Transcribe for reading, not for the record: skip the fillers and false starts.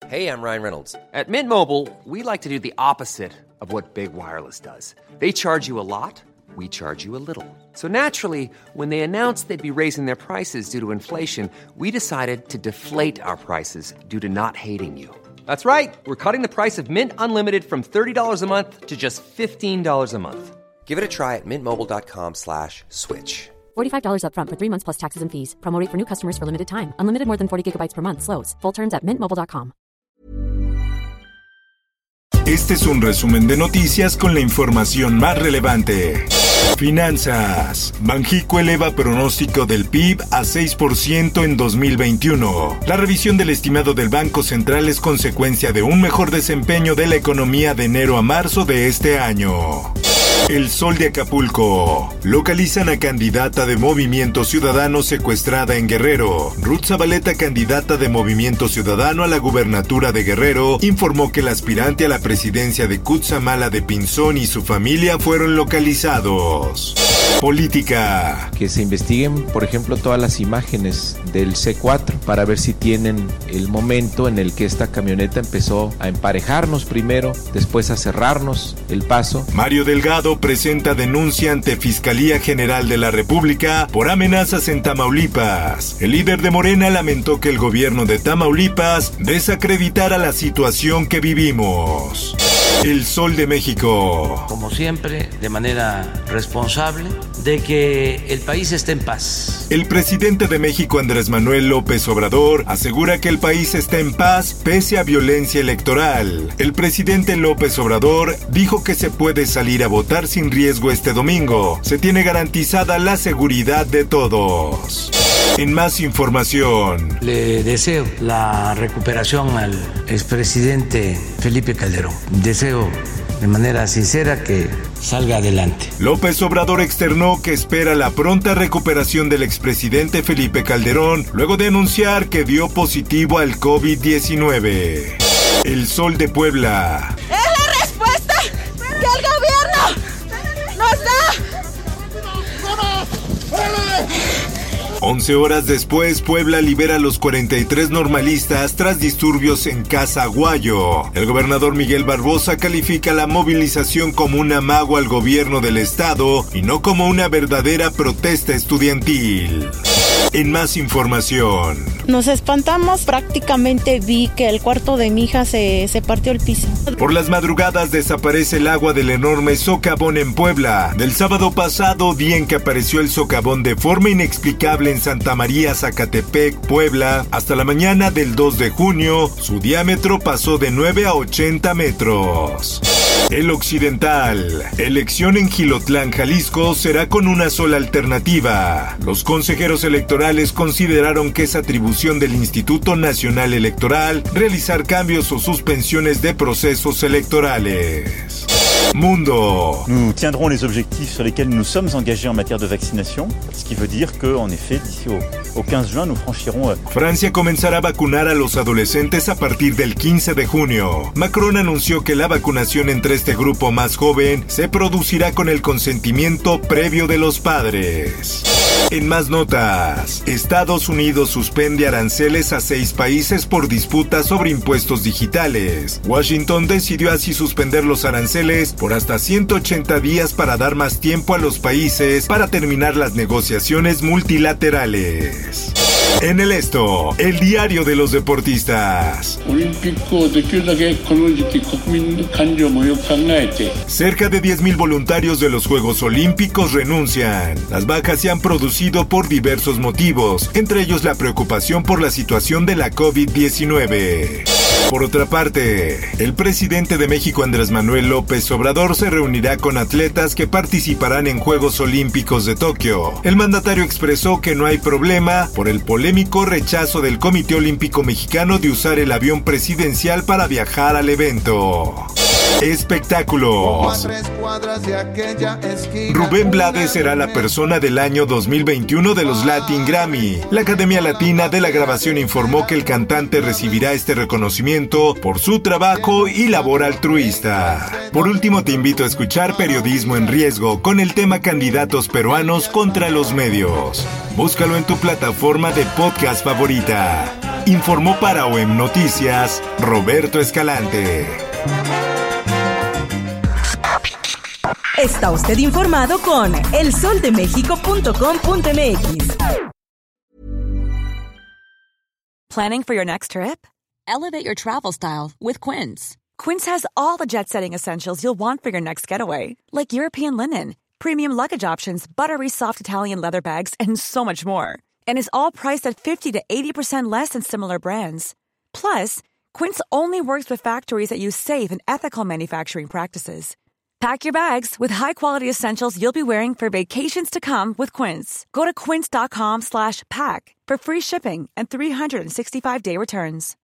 Hey, I'm Ryan Reynolds. At Mint Mobile, we like to do the opposite of what Big Wireless does. They charge you a lot, we charge you a little. So naturally, when they announced they'd be raising their prices due to inflation, we decided to deflate our prices due to not hating you. That's right. We're cutting the price of Mint Unlimited from $30 a month to just $15 a month. Give it a try at mintmobile.com/switch. $45 up front for 3 months plus taxes and fees. Promo rate for new customers for limited time. Unlimited more than 40 gigabytes per month. Slows full terms at mintmobile.com. Este es un resumen de noticias con la información más relevante. Finanzas. Banxico eleva pronóstico del PIB a 6% en 2021. La revisión del estimado del Banco Central es consecuencia de un mejor desempeño de la economía de enero a marzo de este año. El Sol de Acapulco. Localizan a candidata de Movimiento Ciudadano secuestrada en Guerrero. Ruth Zabaleta, candidata de Movimiento Ciudadano a la gubernatura de Guerrero, informó que el aspirante a la presidencia de Cutzamala de Pinzón y su familia fueron localizados. Política. Que se investiguen, por ejemplo, todas las imágenes del C4 para ver si tienen el momento en el que esta camioneta empezó a emparejarnos primero, después a cerrarnos el paso. Mario Delgado presenta denuncia ante Fiscalía General de la República por amenazas en Tamaulipas. El líder de Morena lamentó que el gobierno de Tamaulipas desacreditara la situación que vivimos. El Sol de México. Como siempre, de manera responsable, de que el país esté en paz. El presidente de México, Andrés Manuel López Obrador, asegura que el país está en paz pese a violencia electoral. El presidente López Obrador dijo que se puede salir a votar sin riesgo este domingo. Se tiene garantizada la seguridad de todos. En más información. Le deseo la recuperación al expresidente Felipe Calderón. Deseo de manera sincera que salga adelante. López Obrador externó que espera la pronta recuperación del expresidente Felipe Calderón luego de anunciar que dio positivo al COVID-19. El Sol de Puebla. ¡Es la respuesta que el gobierno nos da! 11 horas después, Puebla libera a los 43 normalistas tras disturbios en Casa Aguayo. El gobernador Miguel Barbosa califica la movilización como un amago al gobierno del estado y no como una verdadera protesta estudiantil. En más información. Nos espantamos, prácticamente vi que el cuarto de mi hija se partió el piso. Por las madrugadas desaparece el agua del enorme socavón en Puebla. Del sábado pasado, día en que apareció el socavón de forma inexplicable en Santa María, Zacatepec, Puebla, hasta la mañana del 2 de junio, su diámetro pasó de 9 a 80 metros. El Occidental. Elección en Jilotlán, Jalisco, será con una sola alternativa. Los consejeros electorales consideraron que es atribución del Instituto Nacional Electoral realizar cambios o suspensiones de procesos electorales. Mundo. Nous tiendrons les objectifs sur lesquels nous sommes engagés en matière de vaccination, ce qui veut dire que, en effet, d'ici au 15 juin, nous franchirons... Francia comenzará a vacunar a los adolescentes a partir del 15 de junio. Macron anunció que la vacunación entre este grupo más joven se producirá con el consentimiento previo de los padres. En más notas, Estados Unidos suspende aranceles a 6 países por disputas sobre impuestos digitales. Washington decidió así suspender los aranceles por hasta 180 días para dar más tiempo a los países para terminar las negociaciones multilaterales. En el esto, el diario de los deportistas. Cerca de 10,000 voluntarios de los Juegos Olímpicos renuncian. Las bajas se han producido por diversos motivos, entre ellos la preocupación por la situación de la COVID-19. Por otra parte, el presidente de México, Andrés Manuel López Obrador, se reunirá con atletas que participarán en Juegos Olímpicos de Tokio. El mandatario expresó que no hay problema por el polémico rechazo del Comité Olímpico Mexicano de usar el avión presidencial para viajar al evento. Espectáculos. Rubén Blades será la persona del año 2021 de los Latin Grammy. La Academia Latina de la Grabación informó que el cantante recibirá este reconocimiento por su trabajo y labor altruista. Por último, te invito a escuchar Periodismo en Riesgo con el tema Candidatos peruanos contra los medios. Búscalo en tu plataforma de podcast favorita. Informó para OEM Noticias Roberto Escalante. Está usted informado con elsoldemexico.com.mx. Planning for your next trip? Elevate your travel style with Quince. Quince has all the jet-setting essentials you'll want for your next getaway, like European linen, premium luggage options, buttery soft Italian leather bags, and so much more. And is all priced at 50 to 80% less than similar brands. Plus, Quince only works with factories that use safe and ethical manufacturing practices. Pack your bags with high-quality essentials you'll be wearing for vacations to come with Quince. Go to quince.com/pack for free shipping and 365-day returns.